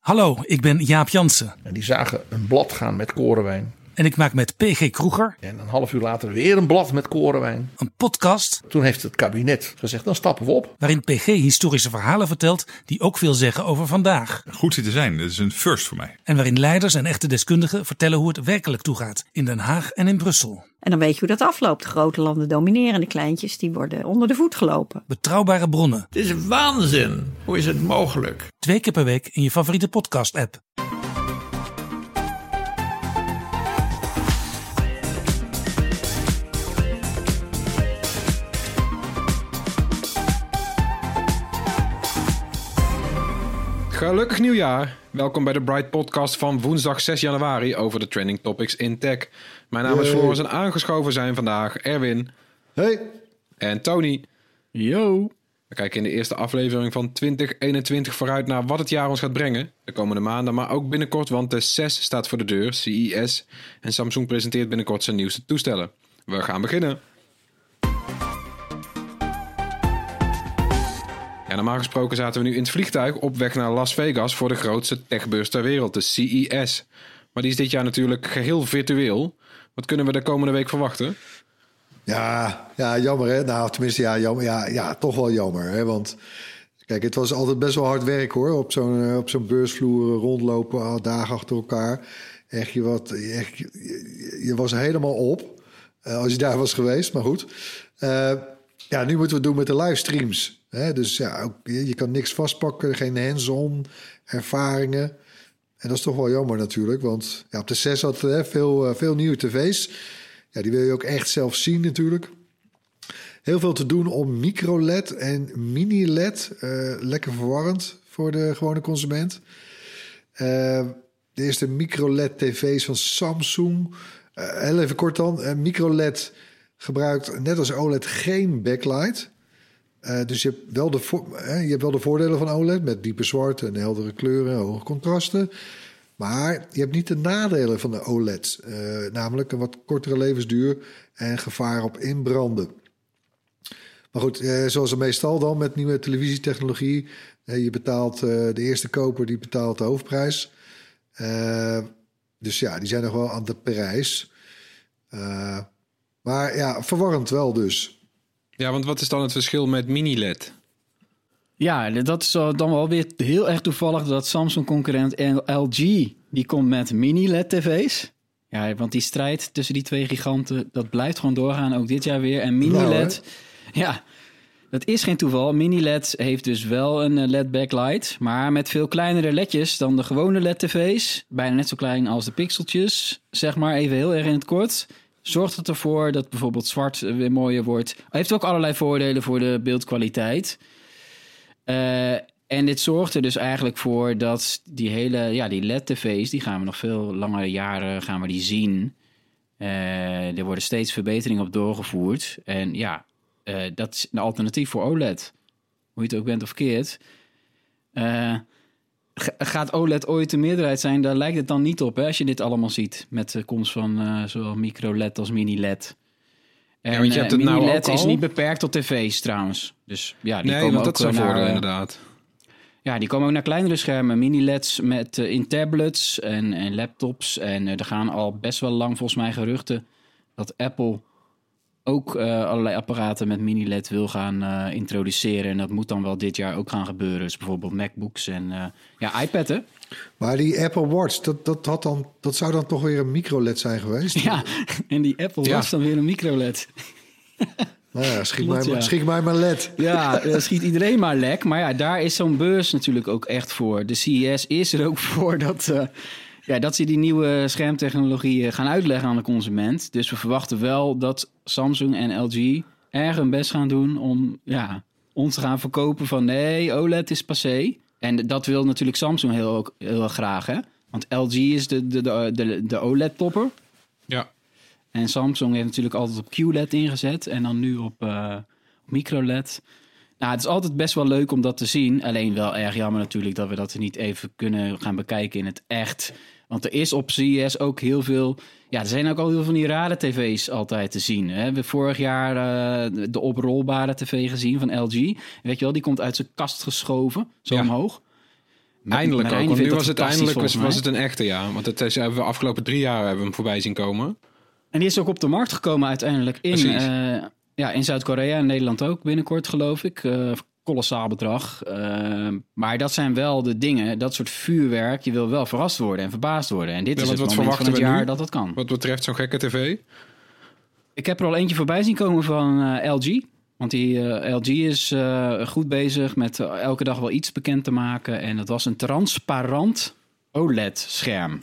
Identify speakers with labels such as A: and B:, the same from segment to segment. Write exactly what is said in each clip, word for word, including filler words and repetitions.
A: Hallo, ik ben Jaap Jansen.
B: En die zagen een blad gaan met korenwijn.
A: En ik maak met P G Kroeger.
B: En een half uur later weer een blad met korenwijn.
A: Een podcast.
B: Toen heeft het kabinet gezegd, dan stappen we op.
A: Waarin P G historische verhalen vertelt die ook veel zeggen over vandaag.
C: Goed zitten zijn, dat is een first voor mij.
A: En waarin leiders en echte deskundigen vertellen hoe het werkelijk toegaat. In Den Haag en in Brussel.
D: En dan weet je hoe dat afloopt. De grote landen domineren, de kleintjes die worden onder de voet gelopen.
A: Betrouwbare bronnen.
E: Het is waanzin. Hoe is het mogelijk?
A: Twee keer per week in je favoriete podcast-app.
F: Gelukkig nieuwjaar. Welkom bij de Bright Podcast van woensdag zes januari over de trending topics in tech. Mijn naam is Floris en aangeschoven zijn vandaag Erwin.
G: Hey.
F: En Tony.
G: Yo.
F: We kijken in de eerste aflevering van twintig eenentwintig vooruit naar wat het jaar ons gaat brengen. De komende maanden, maar ook binnenkort, want de C E S staat voor de deur, C E S. En Samsung presenteert binnenkort zijn nieuwste toestellen. We gaan beginnen. Ja, normaal gesproken zaten we nu in het vliegtuig op weg naar Las Vegas voor de grootste techbeurs ter wereld, de C E S. Maar die is dit jaar natuurlijk geheel virtueel. Wat kunnen we de komende week verwachten?
G: Ja, ja jammer hè. Nou, tenminste, ja, jammer. Ja, ja, toch wel jammer. Hè? Want kijk, het was altijd best wel hard werk hoor. Op zo'n, op zo'n beursvloer rondlopen, al dagen achter elkaar. Echt, je, wat, echt, je, je was helemaal op uh, als je daar was geweest. Maar goed. Uh, ja, nu moeten we het doen met de livestreams. Hè? Dus ja, ook, je, je kan niks vastpakken, geen hands-on ervaringen. En dat is toch wel jammer natuurlijk. Want ja, op de C E S had hè, veel, uh, veel nieuwe tv's. Ja, die wil je ook echt zelf zien natuurlijk. Heel veel te doen om micro-L E D en mini-L E D. Uh, lekker verwarrend voor de gewone consument. Uh, de eerste micro-L E D-tv's van Samsung. Uh, heel even kort dan. Uh, micro-L E D gebruikt net als O L E D geen backlight. Uh, dus je hebt, wel de vo- uh, je hebt wel de voordelen van O L E D... met diepe zwart en heldere kleuren en hoge contrasten. Maar je hebt niet de nadelen van de O L E D. Uh, namelijk een wat kortere levensduur en gevaar op inbranden. Maar goed, uh, zoals het meestal dan met nieuwe televisietechnologie. Uh, je betaalt uh, de eerste koper, die betaalt de hoofdprijs. Uh, dus ja, die zijn nog wel aan de prijs. Uh, maar ja, verwarrend wel dus.
F: Ja, want wat is dan het verschil met mini-L E D?
H: Ja, dat is dan wel weer heel erg toevallig dat Samsung-concurrent L G... die komt met mini-L E D-tv's. Ja, want die strijd tussen die twee giganten... dat blijft gewoon doorgaan, ook dit jaar weer. En mini-L E D, nou, ja, dat is geen toeval. Mini-L E D heeft dus wel een L E D-backlight... maar met veel kleinere ledjes dan de gewone L E D-tv's. Bijna net zo klein als de pixeltjes. Zeg maar even heel erg in het kort... Zorgt het ervoor dat bijvoorbeeld zwart weer mooier wordt. Heeft ook allerlei voordelen voor de beeldkwaliteit. Uh, en dit zorgt er dus eigenlijk voor dat die hele, ja, die L E D-tv's, die gaan we nog veel langere jaren gaan we die zien. Uh, er worden steeds verbeteringen op doorgevoerd. En ja, uh, dat is een alternatief voor O L E D. Hoe je het ook bent of keert. Uh, Gaat O L E D ooit de meerderheid zijn? Daar lijkt het dan niet op, hè, als je dit allemaal ziet. Met de komst van uh, zowel micro-L E D als mini-L E D. En ja, want je hebt het uh, mini-L E D nou is niet beperkt tot tv's trouwens. Dus ja, die
F: nee,
H: komen
F: want
H: ook
F: dat zijn
H: naar,
F: voordelen
H: uh,
F: inderdaad.
H: Ja, die komen ook naar kleinere schermen. Mini-L E D's met, uh, in tablets en, en laptops. En uh, er gaan al best wel lang volgens mij geruchten... dat Apple ook uh, allerlei apparaten met mini-L E D wil gaan uh, introduceren. En dat moet dan wel dit jaar ook gaan gebeuren. Dus bijvoorbeeld MacBooks en uh, ja, iPad, hè?
G: Maar die Apple Watch, dat, dat, had dan, dat zou dan toch weer een micro-L E D zijn geweest?
H: Ja, en die Apple
F: ja.
H: was dan weer een micro-L E D.
G: Nou ja, schiet,
H: Klopt,
G: mij,
H: ja.
G: schiet mij maar L E D.
H: Ja, schiet iedereen maar lek. Maar ja, daar is zo'n beurs natuurlijk ook echt voor. De C E S is er ook voor dat... Uh, Ja, dat ze die nieuwe schermtechnologie gaan uitleggen aan de consument. Dus we verwachten wel dat Samsung en L G erg hun best gaan doen om ja, ons te gaan verkopen van nee, O L E D is passé. En dat wil natuurlijk Samsung heel, heel graag, hè? Want L G is de, de, de, de, de O L E D-topper.
F: Ja.
H: En Samsung heeft natuurlijk altijd op Q L E D ingezet en dan nu op, uh, op micro-L E D. Nou, het is altijd best wel leuk om dat te zien. Alleen wel erg jammer natuurlijk dat we dat niet even kunnen gaan bekijken in het echt. Want er is op C E S ook heel veel... Ja, er zijn ook al heel veel van die rare tv's altijd te zien. We hebben vorig jaar uh, de oprolbare tv gezien van L G. Weet je wel, die komt uit zijn kast geschoven, zo
F: ja.
H: omhoog.
F: Eindelijk ook, want nu was het eindelijk was,
H: mij.
F: was het een echte, ja. Want het is, hebben we afgelopen drie jaar hebben we hem voorbij zien komen.
H: En die is ook op de markt gekomen uiteindelijk in, uh, ja, in Zuid-Korea en Nederland ook binnenkort, geloof ik. Uh, kolossaal bedrag. Uh, maar dat zijn wel de dingen, dat soort vuurwerk. Je wil wel verrast worden en verbaasd worden. En dit ja, is het moment van het jaar nu, dat dat kan.
F: Wat betreft zo'n gekke tv?
H: Ik heb er al eentje voorbij zien komen van uh, L G. Want die uh, L G is uh, goed bezig met uh, elke dag wel iets bekend te maken. En dat was een transparant O L E D-scherm.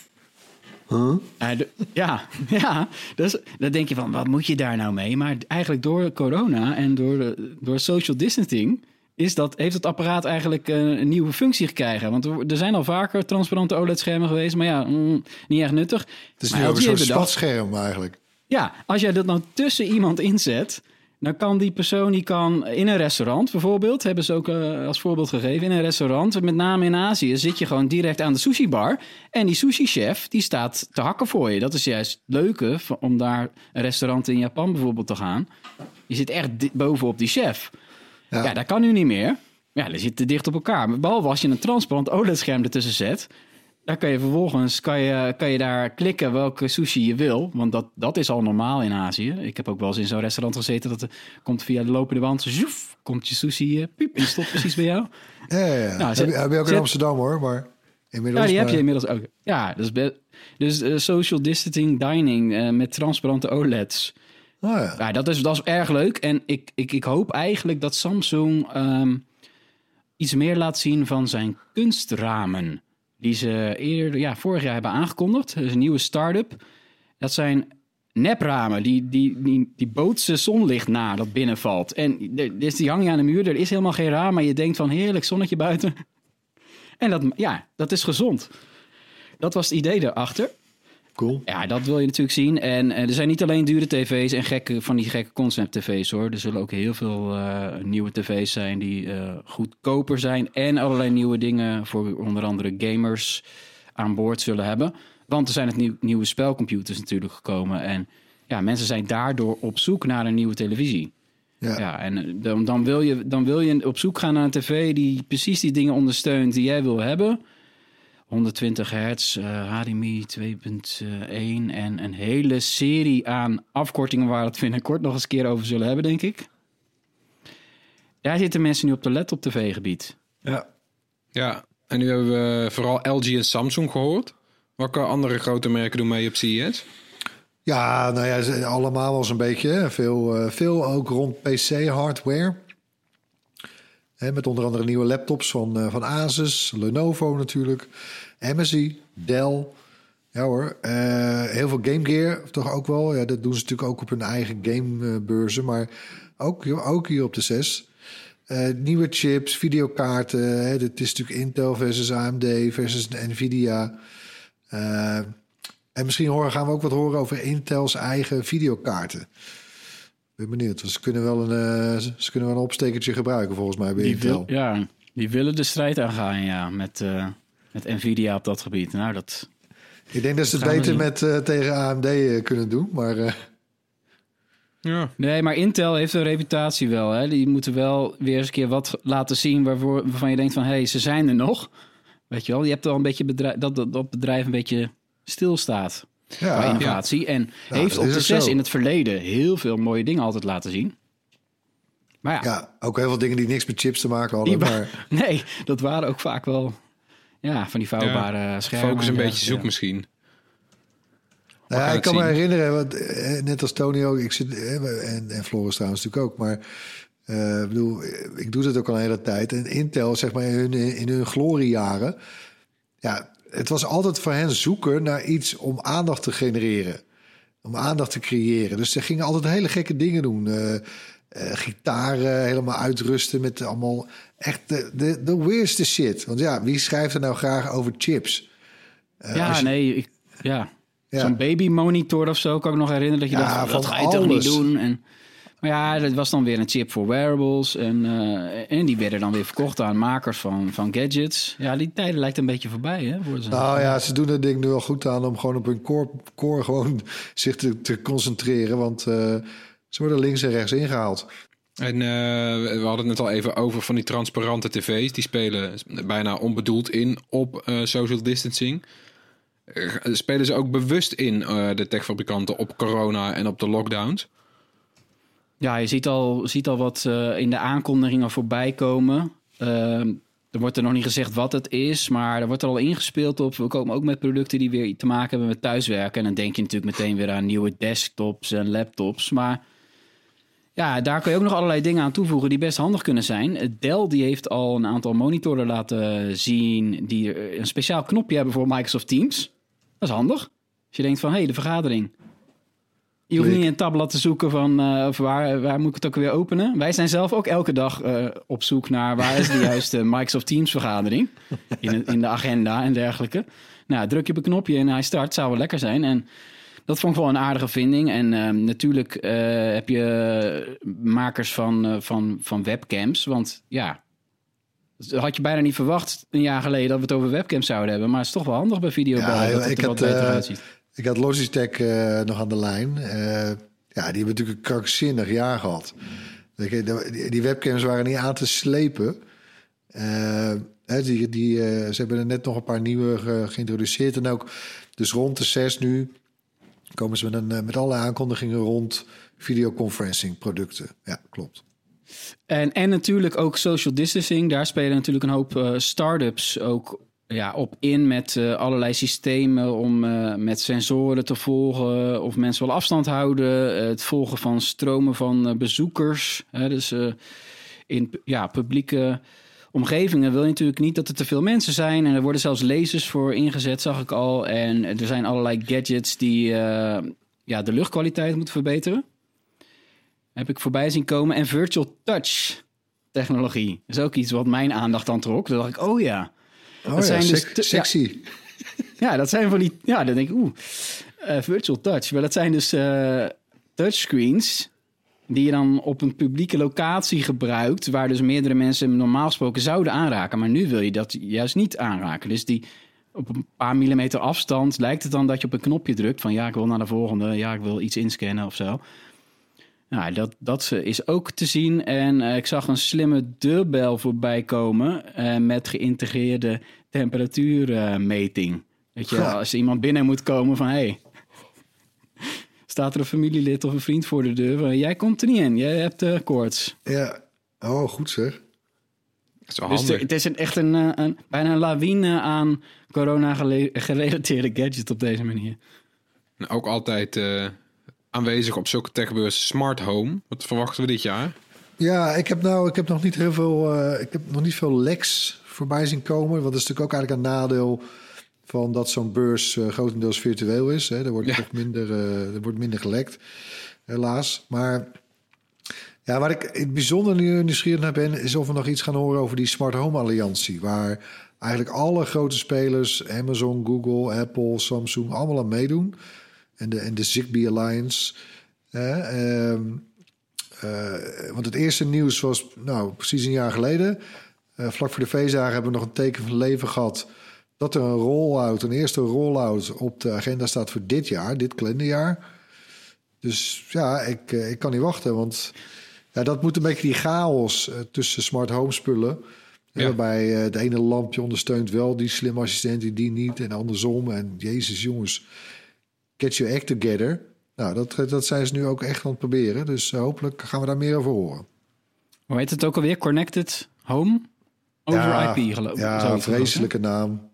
G: Huh?
H: Uh, de, ja, ja. Dus, dan denk je van, wat moet je daar nou mee? Maar eigenlijk door corona en door, de, door social distancing is dat, heeft het apparaat eigenlijk uh, een nieuwe functie gekregen. Want er, er zijn al vaker transparante O L E D-schermen geweest, maar ja, mm, niet echt nuttig.
G: Het is
H: maar
G: nu ook een soort
H: bedacht,
G: spatscherm eigenlijk.
H: Ja, als jij dat nou tussen iemand inzet, dan kan die persoon, die kan in een restaurant bijvoorbeeld, hebben ze ook uh, als voorbeeld gegeven, in een restaurant, met name in Azië, zit je gewoon direct aan de sushi-bar en die sushi-chef, die staat te hakken voor je. Dat is juist het leuke om daar een restaurant in Japan bijvoorbeeld te gaan. Je zit echt di- bovenop die chef. Ja. ja, dat kan nu niet meer. Ja, dan zit te dicht op elkaar. Behalve als je een transparant O L E D-scherm ertussen zet, dan kan je vervolgens kan je, kan je daar klikken welke sushi je wil. Want dat, dat is al normaal in Azië. Ik heb ook wel eens in zo'n restaurant gezeten dat er komt via de lopende band, zoef, komt je sushi, uh, piep, en stopt precies bij jou.
G: Ja, ja, ja. Nou,
H: zet,
G: heb, je, heb je ook
H: zet,
G: in Amsterdam hoor, maar inmiddels...
H: Ja, die
G: maar...
H: heb je inmiddels ook. Ja, dus, be, dus uh, social distancing dining uh, met transparante O L E D's.
G: Oh, ja.
H: Ja, dat is, dat is erg leuk. En ik, ik, ik hoop eigenlijk dat Samsung um, iets meer laat zien van zijn kunstramen. Die ze eerder, ja, vorig jaar hebben aangekondigd. Dat is een nieuwe start-up. Dat zijn nepramen. Die, die, die, die bootse zonlicht na dat binnenvalt. En dus die hang je aan de muur. Er is helemaal geen raam. Maar je denkt van heerlijk zonnetje buiten. En dat, ja, dat is gezond. Dat was het idee daarachter.
G: Cool.
H: Ja, dat wil je natuurlijk zien. En, en er zijn niet alleen dure tv's en gekke, van die gekke concept-tv's hoor. Er zullen ook heel veel uh, nieuwe tv's zijn die uh, goedkoper zijn. En allerlei nieuwe dingen voor onder andere gamers aan boord zullen hebben. Want er zijn het nieuw, nieuwe spelcomputers natuurlijk gekomen. En ja, mensen zijn daardoor op zoek naar een nieuwe televisie. Ja, ja en dan, dan, wil je, dan wil je op zoek gaan naar een tv die precies die dingen ondersteunt die jij wil hebben. honderdtwintig hertz, uh, H D M I twee punt één en een hele serie aan afkortingen waar we het binnenkort nog eens een keer over zullen hebben, denk ik. Daar zitten mensen nu op de laptop-tv-gebied.
G: Ja.
F: Ja, en nu hebben we vooral L G en Samsung gehoord. Welke andere grote merken doen mee op C E S?
G: Ja, nou ja, allemaal wel zo'n beetje. Veel, uh, veel ook rond P C-hardware. He, met onder andere nieuwe laptops van, uh, van Asus, Lenovo natuurlijk, M S I, Dell. Ja hoor, uh, heel veel Game Gear toch ook wel. Ja, dat doen ze natuurlijk ook op hun eigen gamebeurzen, maar ook, ook hier op de zes. Uh, nieuwe chips, videokaarten. Hè, dit is natuurlijk Intel versus A M D versus Nvidia. Uh, en misschien horen, gaan we ook wat horen over Intels eigen videokaarten. Ik ben benieuwd. Ze kunnen wel een, uh, ze kunnen wel een opstekertje gebruiken volgens mij bij
H: die
G: Intel.
H: Wil, ja, die willen de strijd aangaan, ja, met, uh, met Nvidia op dat gebied. Nou, dat...
G: Ik denk dat ze het beter met, uh, tegen A M D uh, kunnen doen, maar... Uh...
F: Ja.
H: Nee, maar Intel heeft een reputatie wel. Hè? Die moeten wel weer eens een keer wat laten zien waarvoor, waarvan je denkt van... hé, hey, ze zijn er nog. Weet je wel, je hebt al een beetje bedrijf, dat, dat dat bedrijf een beetje stilstaat ja, qua innovatie. Ja. En ja, heeft op de zes in het verleden heel veel mooie dingen altijd laten zien. Maar ja,
G: ja, ook heel veel dingen die niks met chips te maken hadden.
H: Wa-
G: maar...
H: Nee, dat waren ook vaak wel ja, van die vouwbare ja, schermen.
F: Focus een beetje zoek ja. misschien.
G: Ja, ik kan zien. me herinneren, want, net als Tony ook, ik zit, en, en Floris trouwens natuurlijk ook, maar uh, bedoel, ik doe dat ook al een hele tijd. En Intel, zeg maar, in hun, in hun gloriejaren, ja, het was altijd voor hen zoeken naar iets om aandacht te genereren, om aandacht te creëren. Dus ze gingen altijd hele gekke dingen doen. Uh, uh, gitaren helemaal uitrusten met allemaal echt de, de, de weirdste shit. Want ja, wie schrijft er nou graag over chips?
H: Uh, ja, je... nee, ik, ja. Ja. Zo'n babymonitor of zo, kan ik nog herinneren dat je ja, dacht, dat ga je alles. toch niet doen. En, maar ja, dat was dan weer een chip voor wearables. En, uh, en die werden dan weer verkocht aan makers van, van gadgets. Ja, die tijden lijkt een beetje voorbij, hè? Voor
G: nou ja, ze doen dat ding nu wel goed aan om gewoon op hun core, core gewoon zich te, te concentreren. Want uh, ze worden links en rechts ingehaald.
F: En uh, we hadden het net al even over van die transparante tv's. Die spelen bijna onbedoeld in op uh, social distancing. Uh, spelen ze ook bewust in, uh, de techfabrikanten, op corona en op de lockdowns?
H: Ja, je ziet al, ziet al wat uh, in de aankondigingen voorbij komen. Uh, er wordt er nog niet gezegd wat het is, maar er wordt er al ingespeeld op. We komen ook met producten die weer te maken hebben met thuiswerken. En dan denk je natuurlijk meteen weer aan nieuwe desktops en laptops. Maar ja, daar kun je ook nog allerlei dingen aan toevoegen die best handig kunnen zijn. Dell die heeft al een aantal monitoren laten zien die een speciaal knopje hebben voor Microsoft Teams. Dat is handig. Als je denkt van, hé, hey, de vergadering. Je hoeft niet in een tabblad te zoeken van uh, of waar, waar moet ik het ook weer openen. Wij zijn zelf ook elke dag uh, op zoek naar waar is de juiste Microsoft Teams vergadering. In, in de agenda en dergelijke. Nou, druk je op een knopje en hij start, zou wel lekker zijn. En dat vond ik wel een aardige vinding. En uh, natuurlijk uh, heb je makers van, uh, van, van webcams. Want ja, had je bijna niet verwacht een jaar geleden dat we het over webcams zouden hebben. Maar het is toch wel handig bij videobellen ja, dat het er wat beter uh, uitziet.
G: Ik had Logitech uh, nog aan de lijn. Uh, ja, die hebben natuurlijk een krankzinnig jaar gehad. Die, die webcams waren niet aan te slepen. Uh, die, die, uh, ze hebben er net nog een paar nieuwe ge, geïntroduceerd. En ook dus rond de zes nu komen ze met, een, met alle aankondigingen rond videoconferencing producten. Ja, klopt.
H: En, en natuurlijk ook social distancing. Daar spelen natuurlijk een hoop uh, start-ups ook ja, op in met uh, allerlei systemen om uh, met sensoren te volgen of mensen wel afstand houden. Uh, het volgen van stromen van uh, bezoekers. Hè, dus uh, in ja, publieke omgevingen wil je natuurlijk niet dat er te veel mensen zijn. En er worden zelfs lasers voor ingezet, zag ik al. En er zijn allerlei gadgets die uh, ja, de luchtkwaliteit moeten verbeteren. Heb ik voorbij zien komen. En virtual touch technologie is ook iets wat mijn aandacht aan trok. Toen dacht ik, oh ja.
G: Oh dat ja, zijn dus te, sexy.
H: Ja, ja, dat zijn van die... Ja, dan denk ik, oeh, uh, virtual touch. Maar dat zijn dus uh, touchscreens die je dan op een publieke locatie gebruikt, waar dus meerdere mensen normaal gesproken zouden aanraken. Maar nu wil je dat juist niet aanraken. Dus die op een paar millimeter afstand lijkt het dan dat je op een knopje drukt van ja, ik wil naar de volgende, ja, ik wil iets inscannen of zo. Nou, dat, dat is ook te zien. En uh, ik zag een slimme deurbel voorbij komen uh, met geïntegreerde temperatuurmeting. Uh, Weet je, ja. Als iemand binnen moet komen van hey, staat er een familielid of een vriend voor de deur van jij komt er niet in, jij hebt uh, koorts.
G: Ja, oh goed zeg.
F: Dat is wel
H: dus
F: handig.
H: de, het is een, echt een, een bijna een lawine aan corona-gerelateerde gadgets op deze manier.
F: En ook altijd uh, aanwezig op zulke techbeurzen smart home. Wat verwachten we dit jaar?
G: Ja, ik heb nou, ik heb nog niet heel veel, uh, ik heb nog niet veel leks voorbij zien komen. Want dat is natuurlijk ook eigenlijk een nadeel van dat zo'n beurs uh, grotendeels virtueel is. Hè. Er wordt ja. toch minder, uh, er wordt minder gelekt, helaas. Maar ja, waar ik het bijzonder nieuwsgierig naar ben, is of we nog iets gaan horen over die Smart Home Alliantie, waar eigenlijk alle grote spelers, Amazon, Google, Apple, Samsung, allemaal aan meedoen. En de, en de Zigbee Alliance. Eh, uh, uh, want het eerste nieuws was nou precies een jaar geleden. Uh, vlak voor de feestdagen hebben we nog een teken van leven gehad dat er een rollout, een eerste rollout op de agenda staat voor dit jaar, dit kalenderjaar. Dus ja, ik, uh, ik kan niet wachten, want ja, dat moet een beetje die chaos uh, tussen smart home spullen. Ja. Waarbij uh, de ene lampje ondersteunt wel die slimme assistent, die niet en andersom. En jezus jongens, get your act together. Nou, dat, dat zijn ze nu ook echt aan het proberen. Dus uh, hopelijk gaan we daar meer over horen.
H: Hoe heet het ook alweer? Connected Home? Over
G: ja,
H: I P geloof ik.
G: Ja, een vreselijke naam.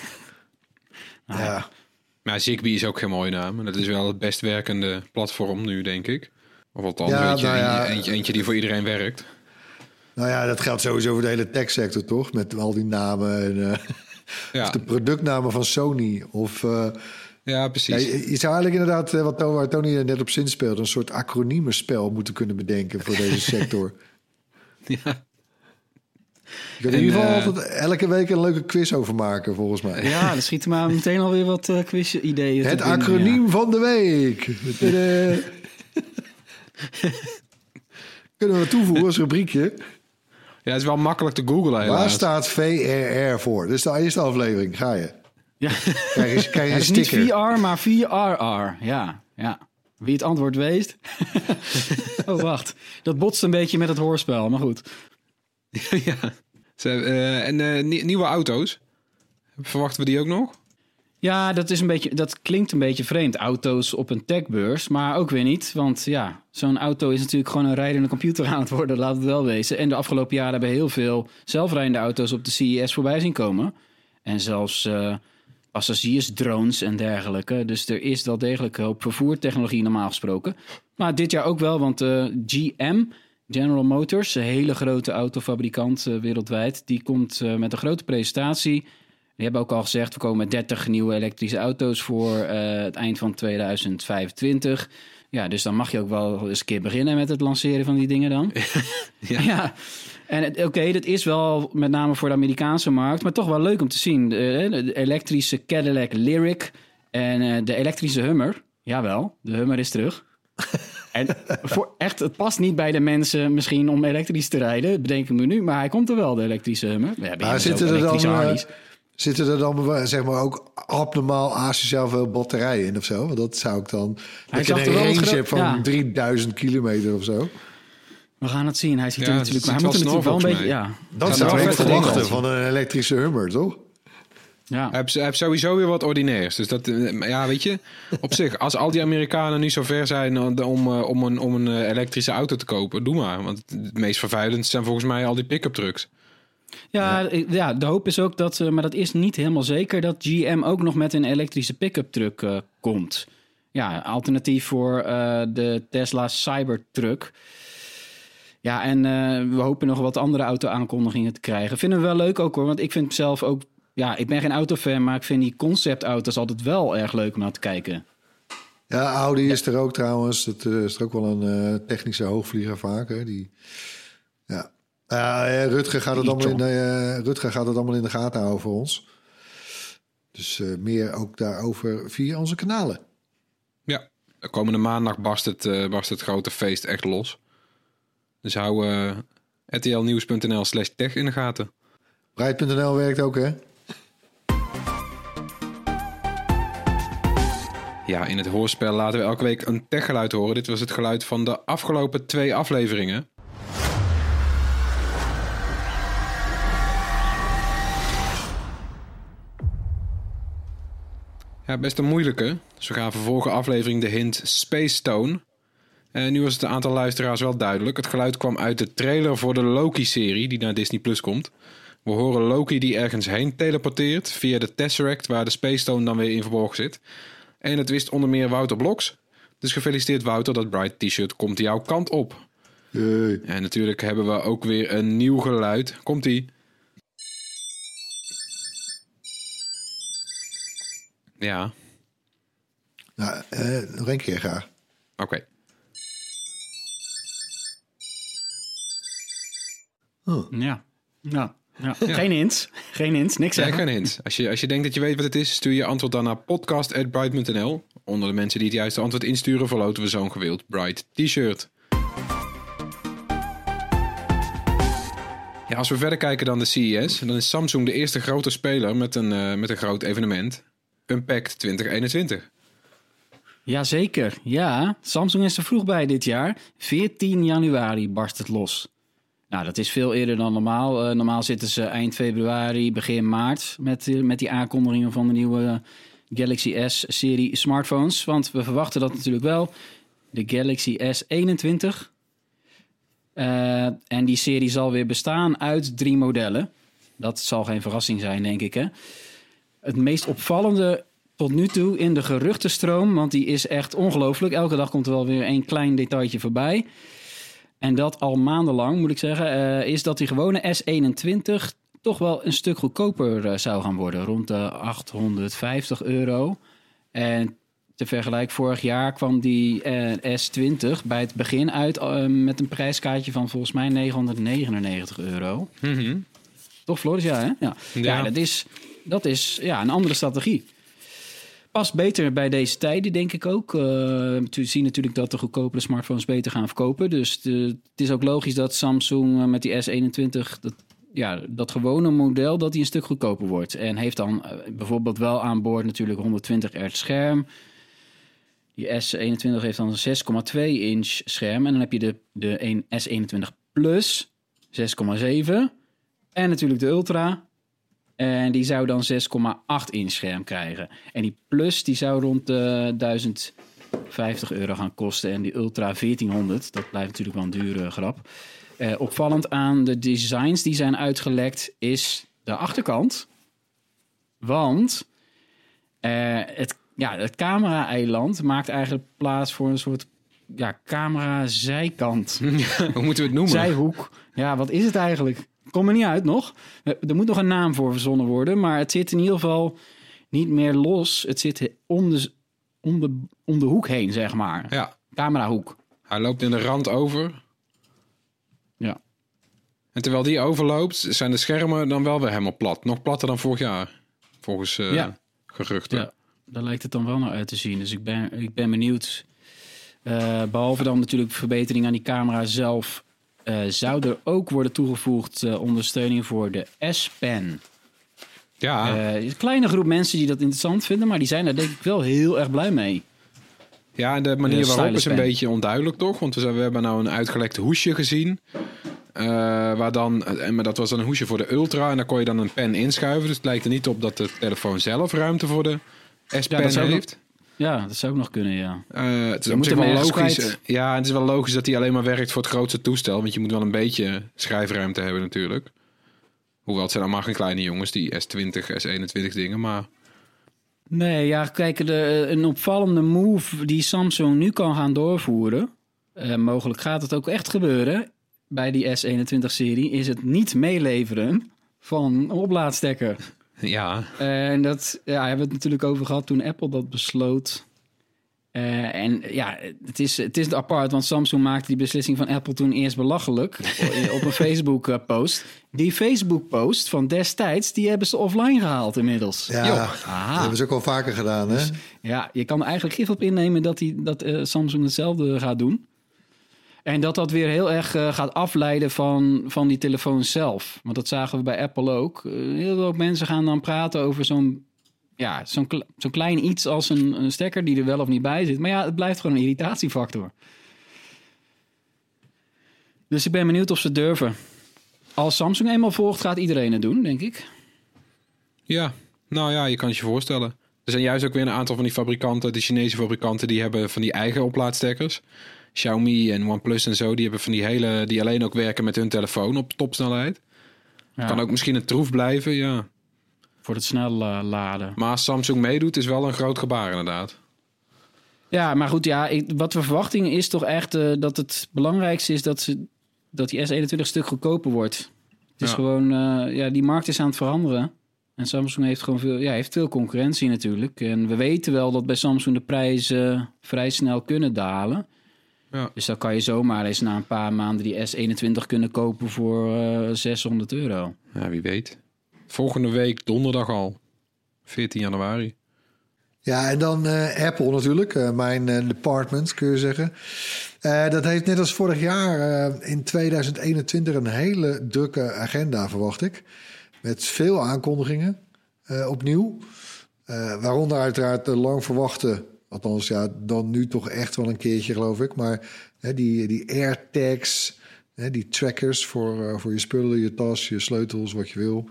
H: ah,
G: ja.
H: ja.
F: Maar Zigbee is ook geen mooie naam. En dat is wel het best werkende platform nu, denk ik. Of althans,
G: ja,
F: eentje,
G: nou ja,
F: die, eentje, eentje die voor iedereen werkt.
G: Nou ja, dat geldt sowieso voor de hele techsector, toch? Met al die namen. En, uh, ja. Of de productnamen van Sony. Of, uh,
F: ja, precies.
G: Ja, je, je zou eigenlijk inderdaad, wat waar Tony net op zin speelde, een soort acroniemenspel moeten kunnen bedenken voor deze sector.
F: Ja.
G: Ik kan in ieder geval uh, altijd elke week een leuke quiz over maken, volgens mij.
H: Ja, dan schieten maar meteen alweer wat uh, quiz-ideeën.
G: Het acroniem ja. van de week. Kunnen we toevoegen als rubriekje?
F: Ja, het is wel makkelijk te googlen helaas.
G: Waar staat V R R voor? Dus de eerste aflevering, ga je.
H: Ja.
G: Krijg je, krijg je
H: het is
G: sticker.
H: niet V R, maar V R R. Ja, ja. Wie het antwoord weet. Oh, wacht. Dat botst een beetje met het hoorspel, maar goed.
F: ja. Uh, en uh, nie- nieuwe auto's. Verwachten we die ook nog?
H: Ja, dat, is een beetje, dat klinkt een beetje vreemd. Auto's op een techbeurs, maar ook weer niet. Want ja, zo'n auto is natuurlijk gewoon een rijdende computer aan het worden. Laat het wel wezen. En de afgelopen jaren hebben heel veel zelfrijdende auto's op de C E S voorbij zien komen. En zelfs uh, passagiersdrones en dergelijke. Dus er is wel degelijk een hoop vervoertechnologie normaal gesproken. Maar dit jaar ook wel, want uh, G M... General Motors, een hele grote autofabrikant uh, wereldwijd, die komt uh, met een grote presentatie. Die hebben ook al gezegd, we komen met dertig nieuwe elektrische auto's voor uh, het eind van tweeduizend vijfentwintig. Ja, dus dan mag je ook wel eens een keer beginnen met het lanceren van die dingen dan. ja. ja. En oké, okay, dat is wel met name voor de Amerikaanse markt, maar toch wel leuk om te zien. De, de elektrische Cadillac Lyriq en uh, de elektrische Hummer. Jawel, de Hummer is terug. En voor echt, het past niet bij de mensen misschien om elektrisch te rijden, bedenk ik me nu. Maar hij komt er wel, de elektrische Hummer. We hebben
G: maar zitten er, dan, uh, zitten er dan zeg maar ook abnormaal asociaal veel batterijen in of zo? Want dat zou ik dan...
H: Hij
G: dat je een range
H: gro-
G: hebt van ja. drieduizend kilometer of zo.
H: We gaan het zien. Hij ziet
F: ja,
H: er natuurlijk... Maar
F: hij
H: moet er natuurlijk wel een beetje... Ja.
G: Dat zou ik verwachten van een elektrische Hummer, toch?
H: Ja.
F: Hij heeft, hij heeft sowieso weer wat ordinairs. Dus dat, ja, weet je, op zich, als al die Amerikanen nu zo ver zijn om, om, een, om een elektrische auto te kopen, doe maar. Want het meest vervuilend zijn volgens mij al die pick-up trucks.
H: Ja, ja. ja, de hoop is ook dat, maar dat is niet helemaal zeker, dat G M ook nog met een elektrische pick-up truck uh, komt. Ja, alternatief voor uh, de Tesla Cybertruck. Ja, en uh, we hopen nog wat andere auto-aankondigingen te krijgen. Vinden we wel leuk ook hoor, want ik vind zelf ook... Ja, ik ben geen autofan, maar ik vind die conceptauto's altijd wel erg leuk om naar te kijken.
G: Ja, Audi is er ook trouwens. Dat uh, is er ook wel een uh, technische hoogvlieger vaak. Hè? Die, ja. Uh, Rutger, gaat het allemaal in, uh, Rutger gaat het allemaal in de gaten houden voor ons. Dus uh, meer ook daarover via onze kanalen.
F: Ja, de komende maandag barst het, uh, barst het grote feest echt los. Dus hou uh, r t l nieuws punt n l slash tech in de gaten.
G: Bright punt n l werkt ook, hè?
F: Ja, in het hoorspel laten we elke week een techgeluid horen. Dit was het geluid van de afgelopen twee afleveringen. Ja, best een moeilijke. Dus we gaan voor vorige aflevering de hint Space Stone. En nu was het een aantal luisteraars wel duidelijk. Het geluid kwam uit de trailer voor de Loki-serie die naar Disney Plus komt. We horen Loki die ergens heen teleporteert via de Tesseract waar de Space Stone dan weer in verborgen zit. En het wist onder meer Wouter Bloks. Dus gefeliciteerd Wouter, dat Bright T-shirt komt jouw kant op.
G: Hey.
F: En natuurlijk hebben we ook weer een nieuw geluid. Komt-ie. Ja.
G: Nou, uh, nog een keer graag.
F: Oké. Okay.
G: Oh.
H: Ja. Ja. Ja. Ja. Geen hints. Geen hints. Niks zeggen.
F: Nee, geen hints. Als je, als je denkt dat je weet wat het is, stuur je antwoord dan naar podcast at bright punt n l. Onder de mensen die het juiste antwoord insturen, verloten we zo'n gewild Bright T-shirt. Ja, als we verder kijken dan de C E S, dan is Samsung de eerste grote speler met een, uh, met een groot evenement. Unpacked twintig eenentwintig.
H: Jazeker, ja. Samsung is er vroeg bij dit jaar. veertien januari barst het los. Nou, dat is veel eerder dan normaal. Uh, normaal zitten ze eind februari, begin maart met, uh, met die aankondigingen van de nieuwe uh, Galaxy S-serie smartphones. Want we verwachten dat natuurlijk wel. De Galaxy S eenentwintig. Uh, en die serie zal weer bestaan uit drie modellen. Dat zal geen verrassing zijn, denk ik, hè. Het meest opvallende tot nu toe in de geruchtenstroom, want die is echt ongelooflijk. Elke dag komt er wel weer een klein detailtje voorbij. En dat al maandenlang, moet ik zeggen, uh, is dat die gewone S eenentwintig toch wel een stuk goedkoper uh, zou gaan worden. Rond de achthonderdvijftig euro. En te vergelijk, vorig jaar kwam die uh, S twintig bij het begin uit uh, met een prijskaartje van volgens mij negenhonderdnegenennegentig euro.
F: Mm-hmm.
H: Toch, Floris? Ja, hè? Ja. Ja. ja, dat is, dat is ja, een andere strategie. Past beter bij deze tijden, denk ik ook. Uh, we zien natuurlijk dat de goedkopere smartphones beter gaan verkopen. Dus de, het is ook logisch dat Samsung uh, met die S eenentwintig... Dat, ja, dat gewone model, dat die een stuk goedkoper wordt. En heeft dan uh, bijvoorbeeld wel aan boord natuurlijk honderdtwintig hertz scherm. Die S eenentwintig heeft dan een zes komma twee inch scherm. En dan heb je de, de S eenentwintig Plus, zes komma zeven. En natuurlijk de Ultra. En die zou dan zes komma acht inch scherm krijgen. En die Plus die zou rond de duizend vijftig euro gaan kosten. En die Ultra veertienhonderd. Dat blijft natuurlijk wel een dure grap. Uh, opvallend aan de designs die zijn uitgelekt is de achterkant. Want uh, het, ja, het camera-eiland maakt eigenlijk plaats voor een soort ja, camera-zijkant.
F: Hoe moeten we het noemen?
H: Zijhoek. Ja, wat is het eigenlijk? Kom er niet uit nog. Er moet nog een naam voor verzonnen worden. Maar het zit in ieder geval niet meer los. Het zit om de, om de, om de hoek heen, zeg maar.
F: Ja.
H: Camerahoek.
F: Hij loopt in de rand over.
H: Ja.
F: En terwijl die overloopt, zijn de schermen dan wel weer helemaal plat. Nog platter dan vorig jaar. Volgens uh,
H: ja.
F: geruchten.
H: Ja, daar lijkt het dan wel naar uit te zien. Dus ik ben, ik ben benieuwd. Uh, behalve dan natuurlijk verbetering aan die camera zelf... Uh, zou er ook worden toegevoegd uh, ondersteuning voor de S-Pen.
F: Ja.
H: Uh, een kleine groep mensen die dat interessant vinden... maar die zijn daar denk ik wel heel erg blij mee.
F: Ja, en de manier
H: de
F: waarop is een
H: pen.
F: beetje onduidelijk toch? Want we, zijn, we hebben nou een uitgelekte hoesje gezien... Uh, waar dan, maar dat was dan een hoesje voor de Ultra... en daar kon je dan een pen inschuiven. Dus het lijkt er niet op dat de telefoon zelf ruimte voor de S-Pen
H: ja,
F: heeft.
H: Nog, ja, dat zou ook nog kunnen, ja.
F: Uh, het is
H: je
F: op zich wel logisch.
H: Kwijt.
F: Ja, het is wel logisch dat hij alleen maar werkt voor het grootste toestel. Want je moet wel een beetje schrijfruimte hebben natuurlijk. Hoewel het zijn allemaal geen kleine jongens, die S twintig, S eenentwintig dingen, maar...
H: Nee, ja, kijk, de, een opvallende move die Samsung nu kan gaan doorvoeren... Uh, mogelijk gaat het ook echt gebeuren... bij die S eenentwintig-serie is het niet meeleveren van een oplaadstekker.
F: Ja.
H: En dat ja, hebben we het natuurlijk over gehad toen Apple dat besloot. Uh, en ja, het is, het is apart, want Samsung maakte die beslissing van Apple toen eerst belachelijk op een Facebook-post. Die Facebook-post van destijds, die hebben ze offline gehaald inmiddels.
G: Ja, dat hebben ze ook al vaker gedaan, hè?
H: Dus, ja, je kan er eigenlijk gif op innemen dat, die, dat uh, Samsung hetzelfde gaat doen. En dat dat weer heel erg uh, gaat afleiden van, van die telefoon zelf. Want dat zagen we bij Apple ook. Uh, heel veel mensen gaan dan praten over zo'n, ja, zo'n, zo'n klein iets als een, een stekker die er wel of niet bij zit. Maar ja, het blijft gewoon een irritatiefactor. Dus ik ben benieuwd of ze durven. Als Samsung eenmaal volgt, gaat iedereen het doen, denk ik.
F: Ja, nou ja, je kan het je voorstellen. Er zijn juist ook weer een aantal van die fabrikanten, de Chinese fabrikanten, die hebben van die eigen oplaadstekkers. Xiaomi en OnePlus en zo, die hebben van die hele, die alleen ook werken met hun telefoon op topsnelheid. Ja. Kan ook misschien een troef blijven, ja.
H: Voor het snel uh, laden.
F: Maar als Samsung meedoet, is wel een groot gebaar inderdaad.
H: Ja, maar goed, ja, ik, wat we verwachtingen is toch echt uh, dat het belangrijkste is dat, ze, dat die S eenentwintig een stuk goedkoper wordt. Het is ja. gewoon, uh, ja, die markt is aan het veranderen. En Samsung heeft gewoon veel, ja, heeft veel concurrentie natuurlijk. En we weten wel dat bij Samsung de prijzen uh, vrij snel kunnen dalen. Ja. Dus dan kan je zomaar eens na een paar maanden die S eenentwintig kunnen kopen voor uh, zeshonderd euro.
F: Ja, wie weet. Volgende week donderdag al. veertien januari.
G: Ja, en dan uh, Apple natuurlijk. Uh, mijn uh, department, kun je zeggen. Uh, dat heeft net als vorig jaar uh, in tweeduizend eenentwintig een hele drukke agenda, verwacht ik. Met veel aankondigingen uh, opnieuw. Uh, waaronder uiteraard de lang verwachte... Althans, ja, dan nu toch echt wel een keertje, geloof ik. Maar hè, die, die AirTags, hè, die trackers voor, uh, voor je spullen, je tas, je sleutels, wat je wil.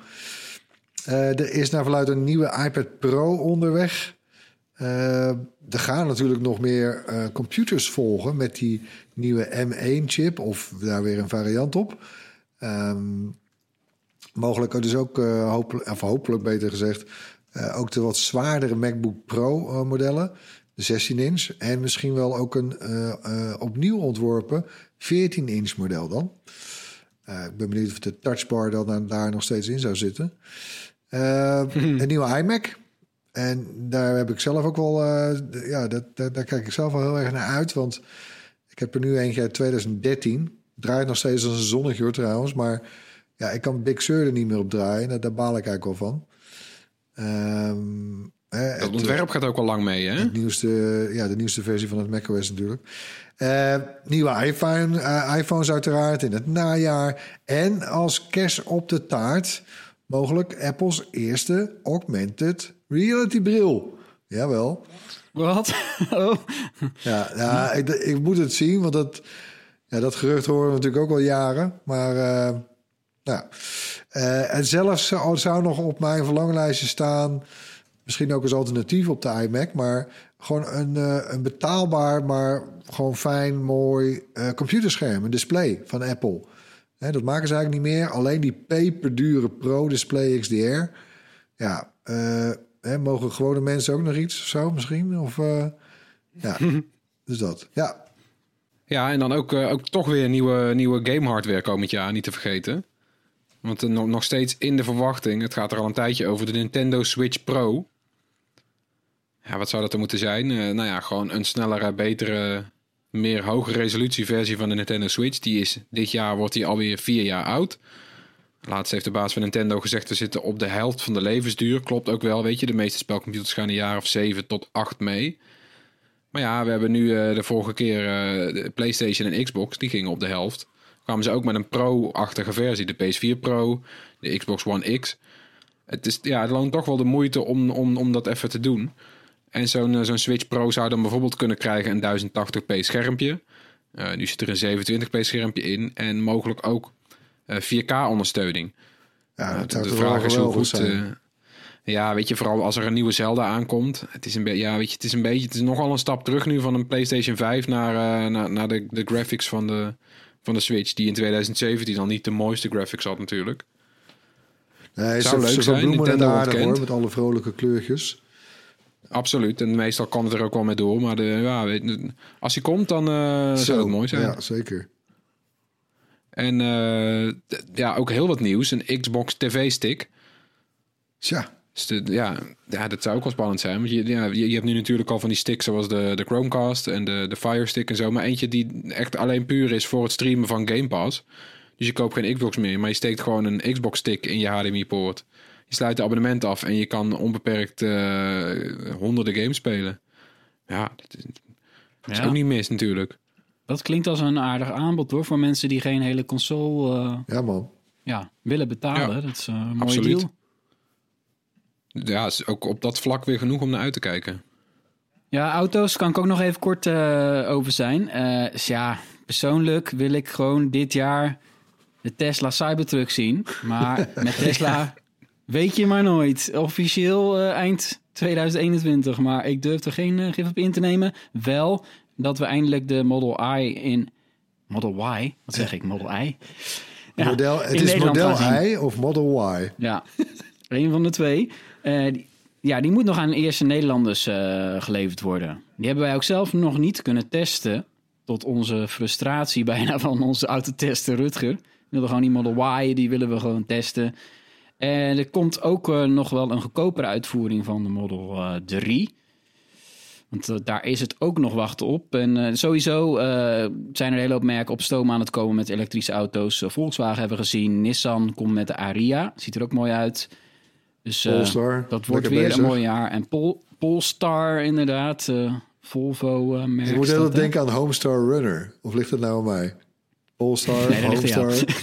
G: Uh, er is naar verluidt een nieuwe iPad Pro onderweg. Uh, er gaan natuurlijk nog meer uh, computers volgen met die nieuwe M één chip of daar weer een variant op. Um, mogelijk dus ook, uh, hopelijk, of hopelijk beter gezegd, uh, ook de wat zwaardere MacBook Pro uh, modellen. De zestien inch en misschien wel ook een uh, uh, opnieuw ontworpen veertien inch model dan. Uh, ik ben benieuwd of de touchbar dan daar nog steeds in zou zitten. Uh, een nieuwe iMac. En daar heb ik zelf ook wel... Uh, ja, dat, dat, daar kijk ik zelf wel heel erg naar uit. Want ik heb er nu eentje uit tweeduizend dertien. Draait nog steeds als een zonnetje hoor trouwens. Maar ja, ik kan Big Sur er niet meer op draaien. Daar, daar baal ik eigenlijk wel van. Um,
F: Hè, dat ontwerp het, gaat ook al lang mee, hè?
G: Het nieuwste, ja, de nieuwste versie van het macOS natuurlijk. Uh, nieuwe iPhone, uh, iPhones uiteraard in het najaar. En als kers op de taart mogelijk Apples eerste augmented reality bril. Jawel.
H: Wat? Oh.
G: Ja, ja ik, ik moet het zien, want dat, ja, dat gerucht horen we natuurlijk ook al jaren. Maar uh, nou, uh, en zelfs zou, zou nog op mijn verlanglijstje staan, misschien ook als alternatief op de iMac, maar gewoon een, uh, een betaalbaar, maar gewoon fijn, mooi uh, computerscherm, een display van Apple. Hè, dat maken ze eigenlijk niet meer. Alleen die peperdure Pro Display X D R. Ja, uh, hè, mogen gewone mensen ook nog iets of zo misschien? Of uh, ja, dus dat. Ja.
F: Ja, en dan ook, uh, ook toch weer nieuwe, nieuwe game hardware komend jaar, niet te vergeten. Want uh, nog, nog steeds in de verwachting, het gaat er al een tijdje over, de Nintendo Switch Pro. Ja, wat zou dat er moeten zijn? Uh, nou ja, gewoon een snellere, betere, meer hoge resolutie versie van de Nintendo Switch. Die is, dit jaar wordt die alweer vier jaar oud. Laatst heeft de baas van Nintendo gezegd, we zitten op de helft van de levensduur. Klopt ook wel, weet je. De meeste spelcomputers gaan een jaar of zeven tot acht mee. Maar ja, we hebben nu uh, de vorige keer uh, de PlayStation en Xbox, die gingen op de helft. Kwamen ze ook met een Pro-achtige versie. De P S vier Pro, de Xbox One X. Het is, ja, het loont toch wel de moeite om, om, om dat even te doen. En zo'n, zo'n Switch Pro zou dan bijvoorbeeld kunnen krijgen een duizend tachtig p schermpje. Uh, nu zit er een zevenentwintig p schermpje in. En mogelijk ook uh, vier K ondersteuning.
G: Ja, dat
F: uh,
G: de
F: de vraag is hoe goed...
G: Uh,
F: ja, weet je, vooral als er een nieuwe Zelda aankomt. Het is een, be- ja, weet je, het is een beetje... Het is nogal een stap terug nu van een PlayStation vijf naar, uh, naar, naar de, de graphics van de, van de Switch. Die in twintig zeventien al niet de mooiste graphics had natuurlijk.
G: Nee,
F: zou
G: ze,
F: leuk
G: ze
F: zijn, Nintendo
G: aardig,
F: ontkent.
G: hoor, met alle vrolijke kleurtjes.
F: Absoluut, en meestal kan het er ook wel mee door. Maar de, ja, weet, als hij komt, dan uh, zou het mooi zijn.
G: Ja, zeker.
F: En uh, d- ja, ook heel wat nieuws. Een Xbox T V-stick.
G: Tja.
F: Dus de, ja, ja, dat zou ook wel spannend zijn. Want je, ja, je, je hebt nu natuurlijk al van die sticks zoals de, de Chromecast en de, de Fire Stick en zo. Maar eentje die echt alleen puur is voor het streamen van Game Pass. Dus je koopt geen Xbox meer, maar je steekt gewoon een Xbox stick in je H D M I-poort. Je sluit de abonnement af en je kan onbeperkt uh, honderden games spelen. Ja, dat is, dat is
H: Ja.
F: ook niet mis natuurlijk.
H: Dat klinkt als een aardig aanbod hoor, voor mensen die geen hele console uh,
G: Ja, man.
H: ja, willen betalen.
F: Ja,
H: dat is uh, een mooie
F: absoluut.
H: deal.
F: Ja, is ook op dat vlak weer genoeg om naar uit te kijken.
H: Ja, auto's kan ik ook nog even kort uh, over zijn. Uh, dus ja, persoonlijk wil ik gewoon dit jaar de Tesla Cybertruck zien. Maar met Tesla weet je maar nooit. Officieel uh, eind twintig eenentwintig. Maar ik durf er geen uh, gif op in te nemen. Wel dat we eindelijk de Model I in... Model Y? Wat zeg ik? Model I? Ja,
G: model, het
H: in
G: is
H: Nederland
G: Model
H: gaan zien.
G: I of Model Y.
H: Ja, een van de twee. Uh, die, ja, die moet nog aan de eerste Nederlanders uh, geleverd worden. Die hebben wij ook zelf nog niet kunnen testen. Tot onze frustratie bijna van onze autotester Rutger. We willen gewoon die Model Y, die willen we gewoon testen. En er komt ook uh, nog wel een goedkopere uitvoering van de Model uh, drie. Want uh, daar is het ook nog wachten op. En uh, sowieso uh, zijn er een hele hoop merken op stoom aan het komen met elektrische auto's. Uh, Volkswagen hebben we gezien. Nissan komt met de Ariya. Ziet er ook mooi uit. Dus uh,
G: Polestar,
H: dat wordt
G: lekker
H: weer
G: bezig.
H: een mooi jaar. En Pol- Polestar inderdaad. Uh, Volvo uh, merk.
G: Ik moet
H: is
G: heel
H: dat, hè?
G: denken aan Homestar Runner. Of ligt het nou aan mij? Polestar,
H: Nee, dat ligt aan
G: Homestar.